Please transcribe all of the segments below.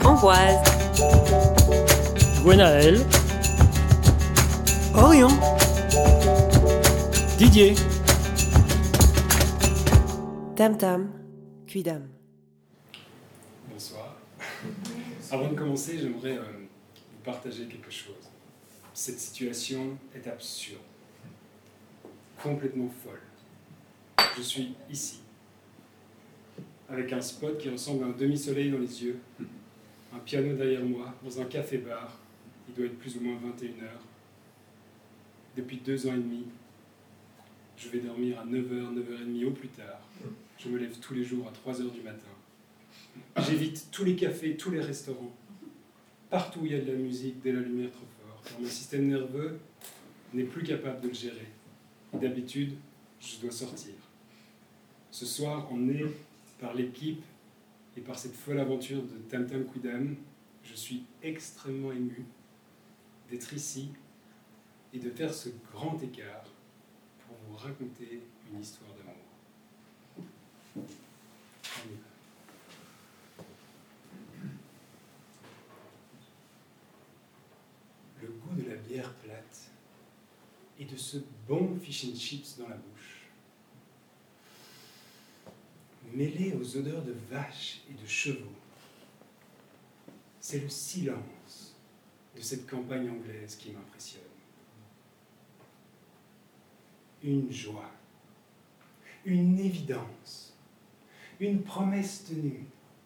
Ambroise, Gwenaël, Orion, Didier. Tam Tam, Quidam. Bonsoir. Avant de commencer, j'aimerais vous partager quelque chose. Cette situation est absurde, complètement folle. Je suis ici, avec un spot qui ressemble à un demi-soleil dans les yeux, un piano derrière moi, dans un café-bar. Il doit être plus ou moins 21h. Depuis 2 ans et demi, je vais dormir à 9h, 9h30 au plus tard. Je me lève tous les jours à 3h du matin. J'évite tous les cafés, tous les restaurants. Partout où il y a de la musique, dès la lumière trop fort. Car mon système nerveux n'est plus capable de le gérer. Et d'habitude, je dois sortir. Ce soir, emmené par l'équipe et par cette folle aventure de Tam Tam Quidam, je suis extrêmement ému d'être ici et de faire ce grand écart pour vous raconter une histoire d'amour. On y va. Le goût de la bière plate et de ce bon fish and chips dans la bouche, mêlé aux odeurs de vaches et de chevaux, c'est le silence de cette campagne anglaise qui m'impressionne. Une joie, une évidence, une promesse tenue.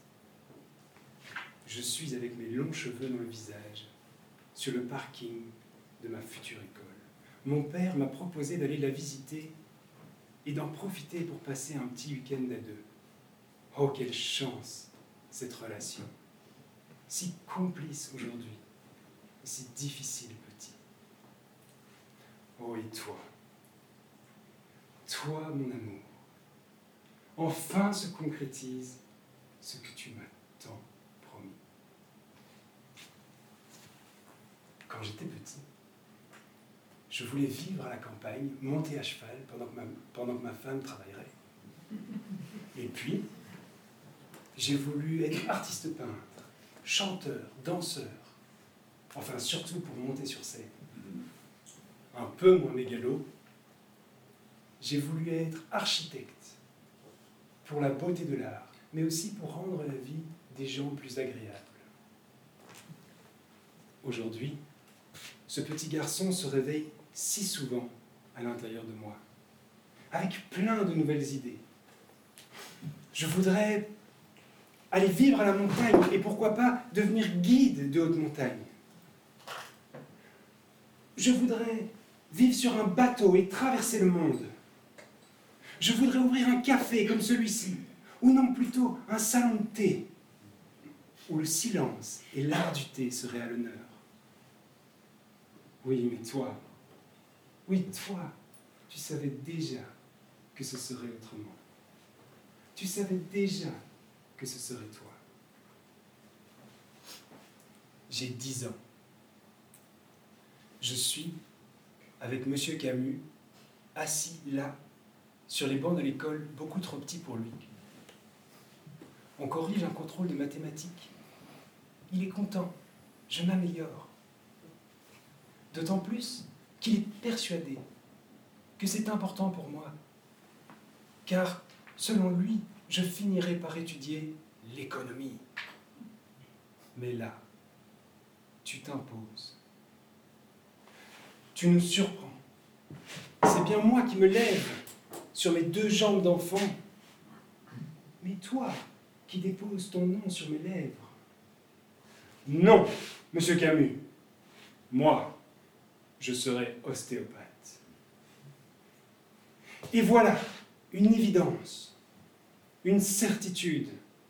Je suis avec mes longs cheveux dans le visage, sur le parking de ma future école. Mon père m'a proposé d'aller la visiter et d'en profiter pour passer un petit week-end à deux. Oh, quelle chance, cette relation. Si complice aujourd'hui, et si difficile petit. Oh, et toi, mon amour, enfin se concrétise ce que tu m'as tant promis. Quand j'étais petit, je voulais vivre à la campagne, monter à cheval pendant que ma femme travaillerait. Et puis, j'ai voulu être artiste peintre, chanteur, danseur, enfin surtout pour monter sur scène. Un peu moins mégalo, j'ai voulu être architecte pour la beauté de l'art, mais aussi pour rendre la vie des gens plus agréable. Aujourd'hui, ce petit garçon se réveille si souvent à l'intérieur de moi, avec plein de nouvelles idées. Je voudrais aller vivre à la montagne et pourquoi pas devenir guide de haute montagne. Je voudrais vivre sur un bateau et traverser le monde. Je voudrais ouvrir un café comme celui-ci, ou non plutôt un salon de thé, où le silence et l'art du thé seraient à l'honneur. Oui, mais toi, tu savais déjà que ce serait autrement. Tu savais déjà que ce serait toi. J'ai 10 ans. Je suis, avec Monsieur Camus, assis là, sur les bancs de l'école, beaucoup trop petit pour lui. On corrige un contrôle de mathématiques. Il est content, je m'améliore. D'autant plus qu'il est persuadé que c'est important pour moi, car, selon lui, je finirai par étudier l'économie. Mais là, tu t'imposes. Tu nous surprends. C'est bien moi qui me lève sur mes 2 jambes d'enfant, mais toi qui déposes ton nom sur mes lèvres. Non, Monsieur Camus, moi, je serai ostéopathe. Et voilà, une évidence, une certitude,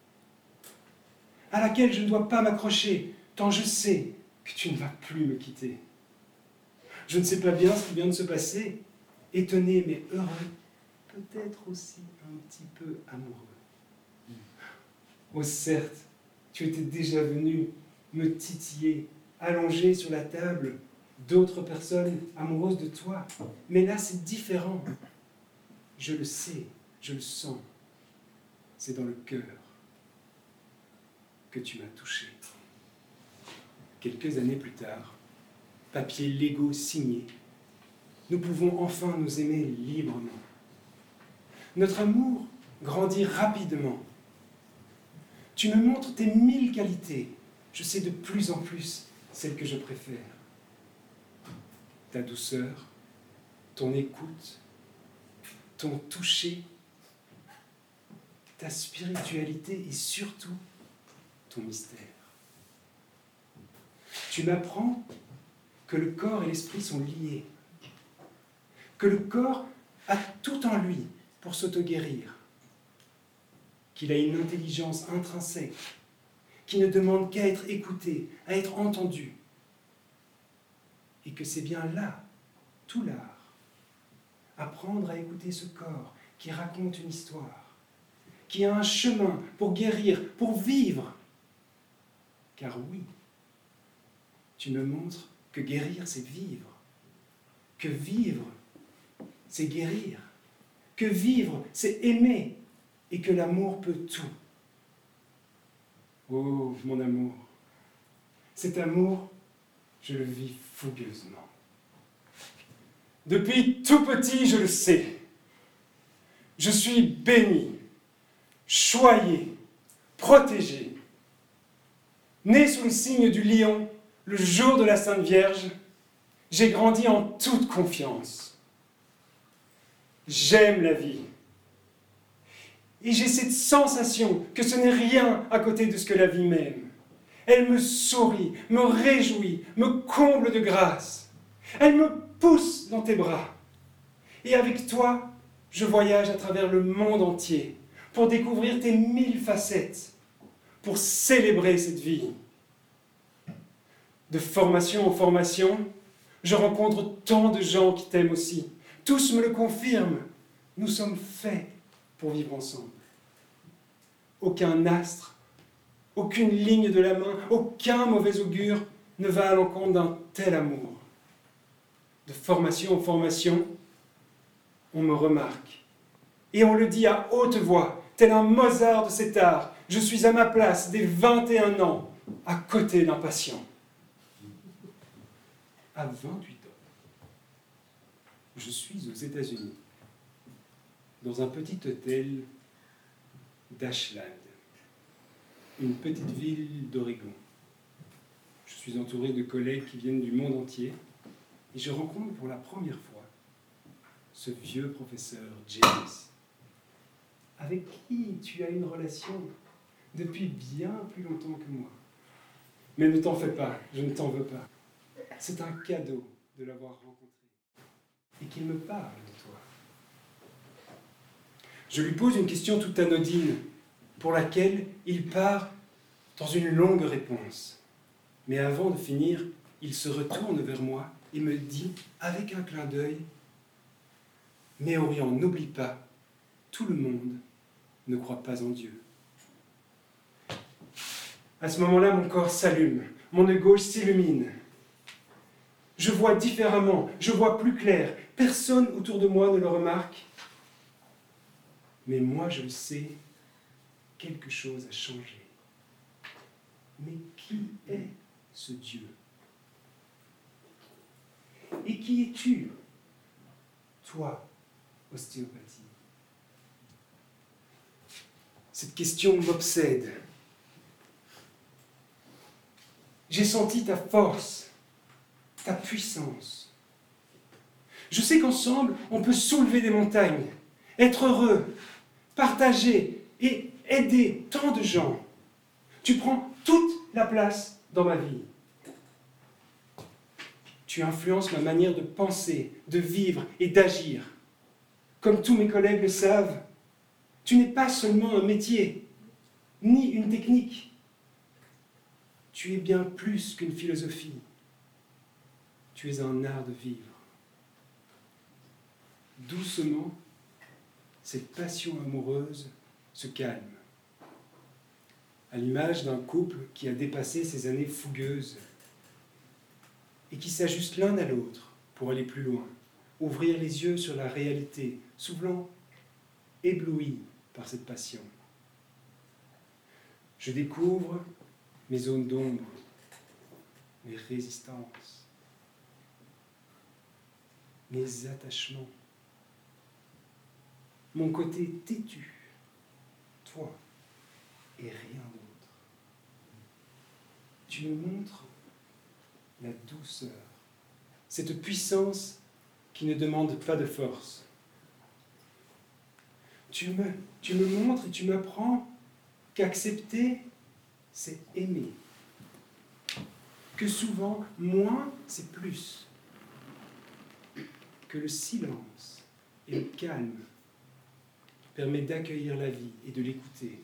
à laquelle je ne dois pas m'accrocher, tant je sais que tu ne vas plus me quitter. Je ne sais pas bien ce qui vient de se passer, étonné mais heureux, peut-être aussi un petit peu amoureux. Oh certes, tu étais déjà venu me titiller, allongé sur la table, d'autres personnes amoureuses de toi. Mais là, c'est différent. Je le sais, je le sens. C'est dans le cœur que tu m'as touché. quelques années plus tard, papier Lego signé, nous pouvons enfin nous aimer librement. Notre amour grandit rapidement. Tu me montres tes 1000 qualités. Je sais de plus en plus celles que je préfère. Ta douceur, ton écoute, ton toucher, ta spiritualité et surtout ton mystère. Tu m'apprends que le corps et l'esprit sont liés, que le corps a tout en lui pour s'auto-guérir, qu'il a une intelligence intrinsèque, qui ne demande qu'à être écouté, à être entendu, et que c'est bien là, tout l'art, apprendre à écouter ce corps qui raconte une histoire, qui a un chemin pour guérir, pour vivre. Car oui, tu me montres que guérir, c'est vivre, que vivre, c'est guérir, que vivre, c'est aimer, et que l'amour peut tout. Oh, mon amour, cet amour, je le vis fougueusement. Depuis tout petit, je le sais. Je suis béni, choyé, protégé. Né sous le signe du lion, le jour de la Sainte Vierge, j'ai grandi en toute confiance. J'aime la vie. Et j'ai cette sensation que ce n'est rien à côté de ce que la vie m'aime. Elle me sourit, me réjouit, me comble de grâce. Elle me pousse dans tes bras. Et avec toi, je voyage à travers le monde entier pour découvrir tes 1000 facettes, pour célébrer cette vie. De formation en formation, je rencontre tant de gens qui t'aiment aussi. Tous me le confirment. Nous sommes faits pour vivre ensemble. Aucun astre, aucune ligne de la main, aucun mauvais augure ne va à l'encontre d'un tel amour. De formation en formation, on me remarque. Et on le dit à haute voix, tel un Mozart de cet art. Je suis à ma place dès 21 ans, à côté d'un patient. À 28 ans, je suis aux États-Unis, dans un petit hôtel d'Ashland, une petite ville d'Oregon. Je suis entouré de collègues qui viennent du monde entier et je rencontre pour la première fois ce vieux professeur James, avec qui tu as une relation depuis bien plus longtemps que moi. Mais ne t'en fais pas, je ne t'en veux pas. C'est un cadeau de l'avoir rencontré et qu'il me parle de toi. Je lui pose une question toute anodine pour laquelle il part dans une longue réponse. Mais avant de finir, il se retourne vers moi et me dit avec un clin d'œil « Mais Orion, n'oublie pas, tout le monde ne croit pas en Dieu. » À ce moment-là, mon corps s'allume, mon œil gauche s'illumine. Je vois différemment, je vois plus clair. Personne autour de moi ne le remarque. Mais moi, je le sais, quelque chose a changé. Mais qui est ce Dieu? Et qui es-tu, toi, ostéopathie? Cette question m'obsède. J'ai senti ta force, ta puissance. Je sais qu'ensemble, on peut soulever des montagnes, être heureux, partager et aider tant de gens. Tu prends toute la place dans ma vie. Tu influences ma manière de penser, de vivre et d'agir. Comme tous mes collègues le savent, tu n'es pas seulement un métier, ni une technique. Tu es bien plus qu'une philosophie. Tu es un art de vivre. Doucement, cette passion amoureuse se calme. À l'image d'un couple qui a dépassé ses années fougueuses et qui s'ajuste l'un à l'autre pour aller plus loin, ouvrir les yeux sur la réalité, souvent ébloui par cette passion. Je découvre mes zones d'ombre, mes résistances, mes attachements, mon côté têtu, toi et rien d'autre. Tu me montres la douceur, cette puissance qui ne demande pas de force. Tu me montres et tu m'apprends qu'accepter, c'est aimer. Que souvent, moins, c'est plus. Que le silence et le calme permettent d'accueillir la vie et de l'écouter.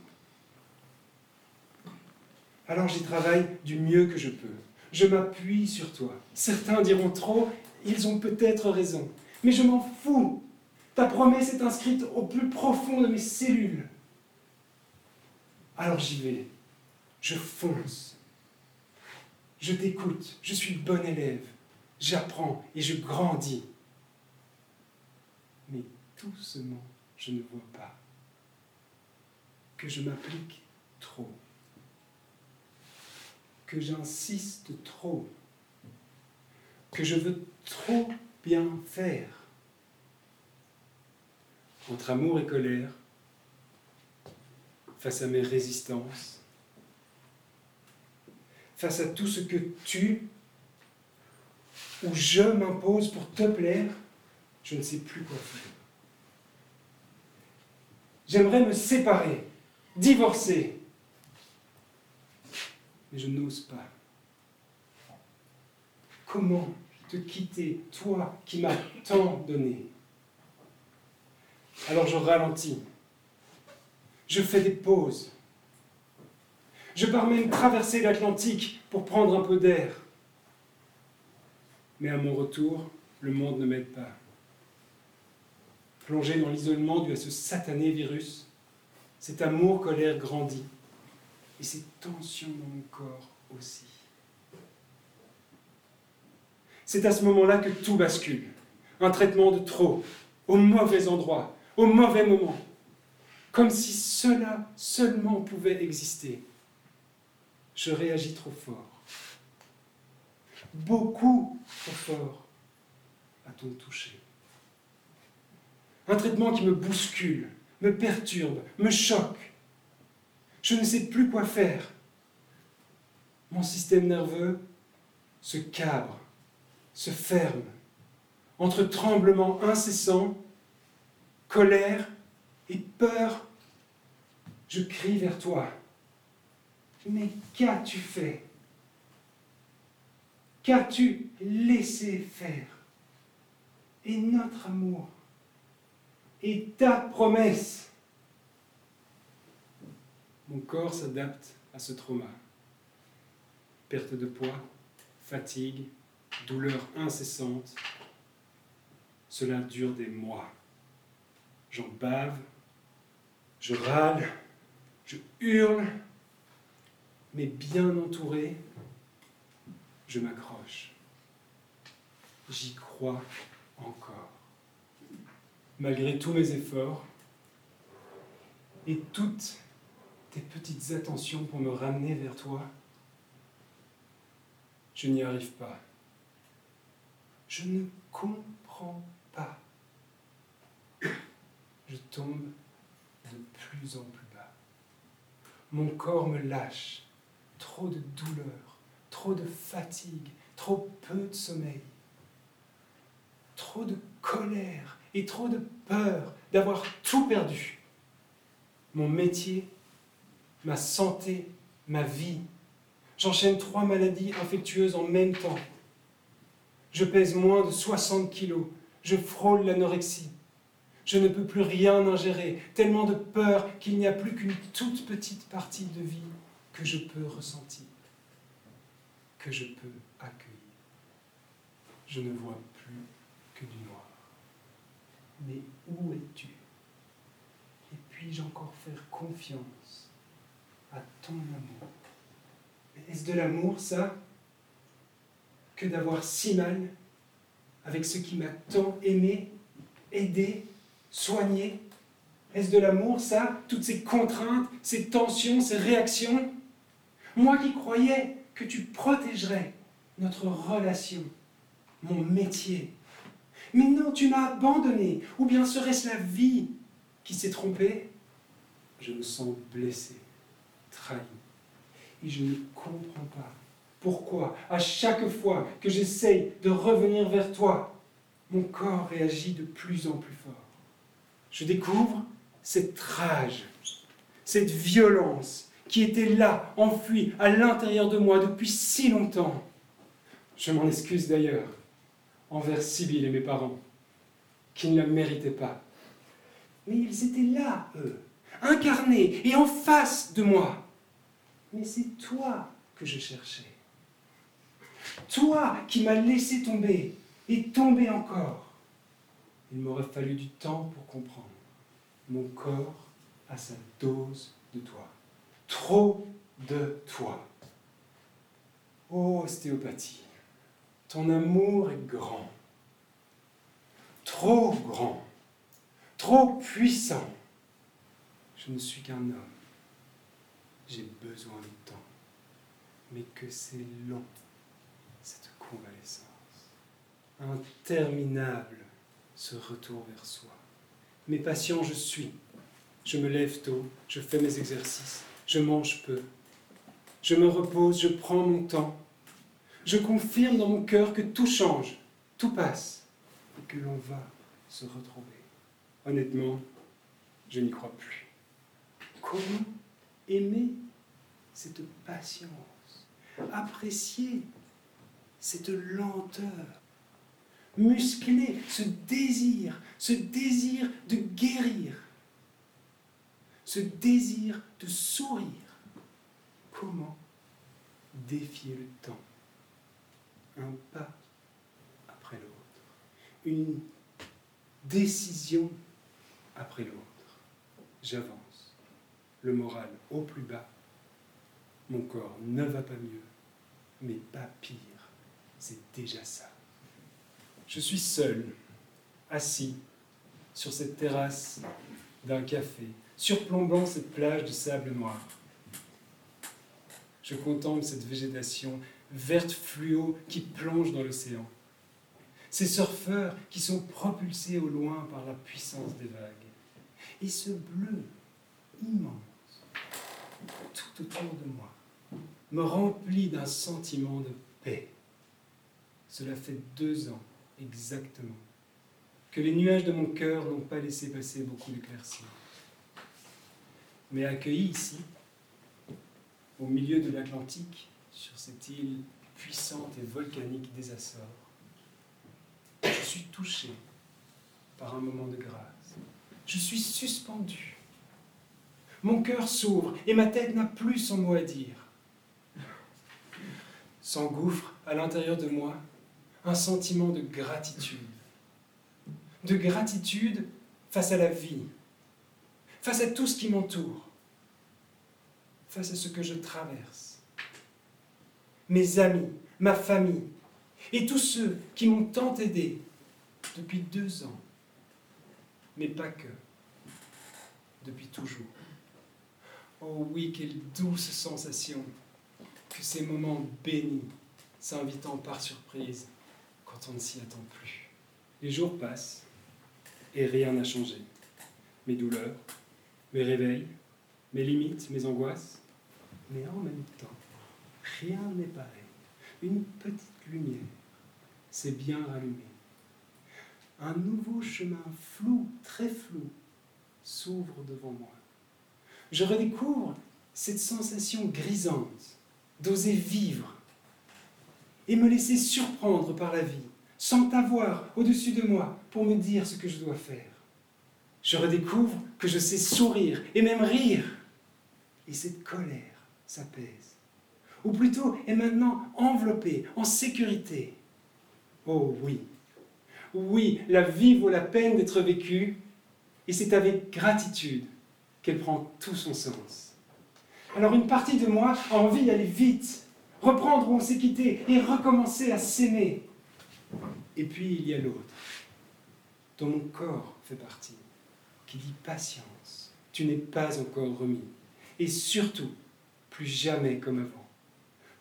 Alors j'y travaille du mieux que je peux. Je m'appuie sur toi. Certains diront trop, ils ont peut-être raison. Mais je m'en fous. Ta promesse est inscrite au plus profond de mes cellules. Alors j'y vais. Je fonce. Je t'écoute. Je suis bon élève. J'apprends et je grandis. Mais doucement, je ne vois pas que je m'applique trop. Que j'insiste trop, que je veux trop bien faire. Entre amour et colère, face à mes résistances, face à tout ce que tu ou je m'impose pour te plaire, je ne sais plus quoi faire. J'aimerais me séparer, divorcer, mais je n'ose pas. Comment te quitter, toi qui m'as tant donné? Alors je ralentis. Je fais des pauses. Je pars même traverser l'Atlantique pour prendre un peu d'air. Mais à mon retour, le monde ne m'aide pas. Plongé dans l'isolement dû à ce satané virus, cet amour-colère grandit. Et ces tensions dans mon corps aussi. C'est à ce moment-là que tout bascule. Un traitement de trop, au mauvais endroit, au mauvais moment. Comme si cela seulement pouvait exister. Je réagis trop fort. Beaucoup trop fort, a-t-on touché. Un traitement qui me bouscule, me perturbe, me choque. Je ne sais plus quoi faire. Mon système nerveux se cabre, se ferme, entre tremblements incessants, colère et peur. Je crie vers toi. Mais qu'as-tu fait? Qu'as-tu laissé faire? Et notre amour? Et ta promesse? Mon corps s'adapte à ce trauma. Perte de poids, fatigue, douleur incessante. Cela dure des mois. J'en bave, je râle, je hurle, mais bien entouré, je m'accroche. J'y crois encore. Malgré tous mes efforts et toutes tes petites attentions pour me ramener vers toi, je n'y arrive pas. Je ne comprends pas. Je tombe de plus en plus bas. Mon corps me lâche. Trop de douleur, trop de fatigue, trop peu de sommeil. Trop de colère et trop de peur d'avoir tout perdu. Mon métier, ma santé, ma vie. J'enchaîne 3 maladies infectieuses en même temps. Je pèse moins de 60 kilos. Je frôle l'anorexie. Je ne peux plus rien ingérer, tellement de peur qu'il n'y a plus qu'une toute petite partie de vie que je peux ressentir, que je peux accueillir. Je ne vois plus que du noir. Mais où es-tu? Et puis-je encore faire confiance à ton amour? Mais est-ce de l'amour, ça? Que d'avoir si mal avec ce qui m'a tant aimé, aidé, soigné? Est-ce de l'amour, ça? Toutes ces contraintes, ces tensions, ces réactions? Moi qui croyais que tu protégerais, notre relation, mon métier. Mais non, tu m'as abandonné. Ou bien serait-ce la vie qui s'est trompée? Je me sens blessé, trahi. Et je ne comprends pas pourquoi, à chaque fois que j'essaye de revenir vers toi, mon corps réagit de plus en plus fort. Je découvre cette rage, cette violence qui était là, enfuie à l'intérieur de moi depuis si longtemps. Je m'en excuse d'ailleurs envers Sibylle et mes parents, qui ne la méritaient pas. Mais ils étaient là, eux, incarnés et en face de moi. Mais c'est toi que je cherchais. Toi qui m'as laissé tomber et tomber encore. Il m'aurait fallu du temps pour comprendre. Mon corps a sa dose de toi. Trop de toi. Oh, ostéopathie, ton amour est grand. Trop grand. Trop puissant. Je ne suis qu'un homme. J'ai besoin de temps. Mais que c'est long, cette convalescence. Interminable, ce retour vers soi. Mais patient je suis. Je me lève tôt, je fais mes exercices, je mange peu. Je me repose, je prends mon temps. Je confirme dans mon cœur que tout change, tout passe, et que l'on va se retrouver. Honnêtement, je n'y crois plus. Comment aimer cette patience, apprécier cette lenteur, muscler ce désir de guérir, ce désir de sourire. Comment défier le temps? Un pas après l'autre, une décision après l'autre. J'avance, le moral au plus bas. Mon corps ne va pas mieux, mais pas pire, c'est déjà ça. Je suis seul, assis sur cette terrasse d'un café, surplombant cette plage de sable noir. Je contemple cette végétation verte fluo qui plonge dans l'océan. Ces surfeurs qui sont propulsés au loin par la puissance des vagues. Et ce bleu immense, tout autour de moi, me remplit d'un sentiment de paix. Cela fait 2 ans exactement que les nuages de mon cœur n'ont pas laissé passer beaucoup d'éclaircies. Mais accueilli ici, au milieu de l'Atlantique, sur cette île puissante et volcanique des Açores, je suis touché par un moment de grâce. Je suis suspendu. Mon cœur s'ouvre et ma tête n'a plus son mot à dire. S'engouffre à l'intérieur de moi un sentiment de gratitude. De gratitude face à la vie, face à tout ce qui m'entoure, face à ce que je traverse. Mes amis, ma famille et tous ceux qui m'ont tant aidé depuis 2 ans, mais pas que, depuis toujours. Oh oui, quelle douce sensation que ces moments bénis s'invitant par surprise quand on ne s'y attend plus. Les jours passent et rien n'a changé. Mes douleurs, mes réveils, mes limites, mes angoisses. Mais en même temps, rien n'est pareil. Une petite lumière s'est bien rallumée. Un nouveau chemin flou, très flou, s'ouvre devant moi. Je redécouvre cette sensation grisante d'oser vivre et me laisser surprendre par la vie, sans t'avoir au-dessus de moi pour me dire ce que je dois faire. Je redécouvre que je sais sourire et même rire. Et cette colère s'apaise. Ou plutôt est maintenant enveloppée, en sécurité. Oh oui, oui, la vie vaut la peine d'être vécue, et c'est avec gratitude qu'elle prend tout son sens. Alors une partie de moi a envie d'aller vite, reprendre où on s'est quitté et recommencer à s'aimer. Et puis il y a l'autre, dont mon corps fait partie, qui dit patience, tu n'es pas encore remis, et surtout, plus jamais comme avant.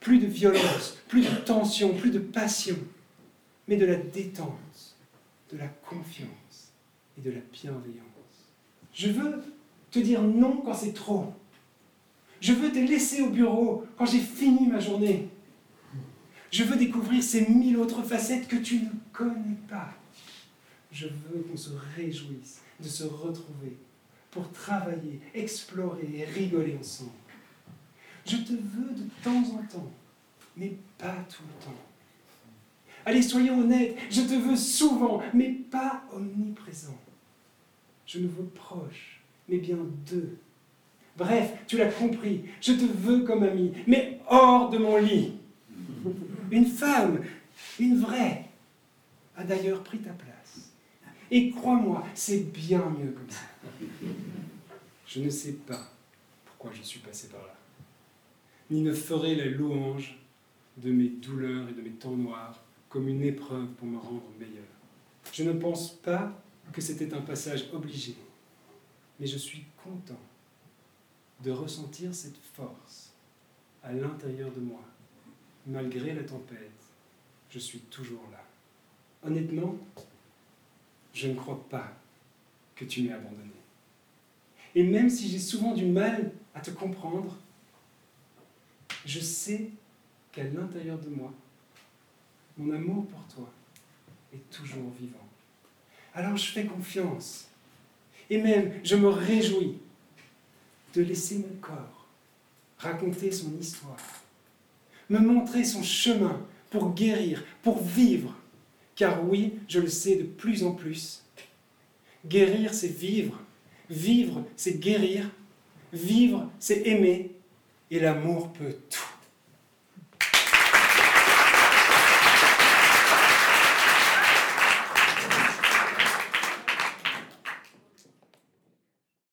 Plus de violence, plus de tension, plus de passion, mais de la détente, de la confiance et de la bienveillance. Je veux te dire non quand c'est trop. Je veux te laisser au bureau quand j'ai fini ma journée. Je veux découvrir ces 1000 autres facettes que tu ne connais pas. Je veux qu'on se réjouisse de se retrouver pour travailler, explorer et rigoler ensemble. Je te veux de temps en temps, mais pas tout le temps. Allez, soyons honnêtes, je te veux souvent, mais pas omniprésent. Je nous veux proches, mais bien deux. Bref, tu l'as compris, je te veux comme ami, mais hors de mon lit. Une femme, une vraie, a d'ailleurs pris ta place. Et crois-moi, c'est bien mieux comme ça. Je ne sais pas pourquoi je suis passé par là, ni ne ferai la louange de mes douleurs et de mes temps noirs comme une épreuve pour me rendre meilleur. Je ne pense pas que c'était un passage obligé, mais je suis content de ressentir cette force à l'intérieur de moi. Malgré la tempête, je suis toujours là. Honnêtement, je ne crois pas que tu m'aies abandonné. Et même si j'ai souvent du mal à te comprendre, je sais qu'à l'intérieur de moi, mon amour pour toi est toujours vivant. Alors je fais confiance. Et même, je me réjouis de laisser mon corps raconter son histoire, me montrer son chemin pour guérir, pour vivre. Car oui, je le sais de plus en plus, guérir, c'est vivre. Vivre, c'est guérir. Vivre, c'est aimer. Et l'amour peut tout.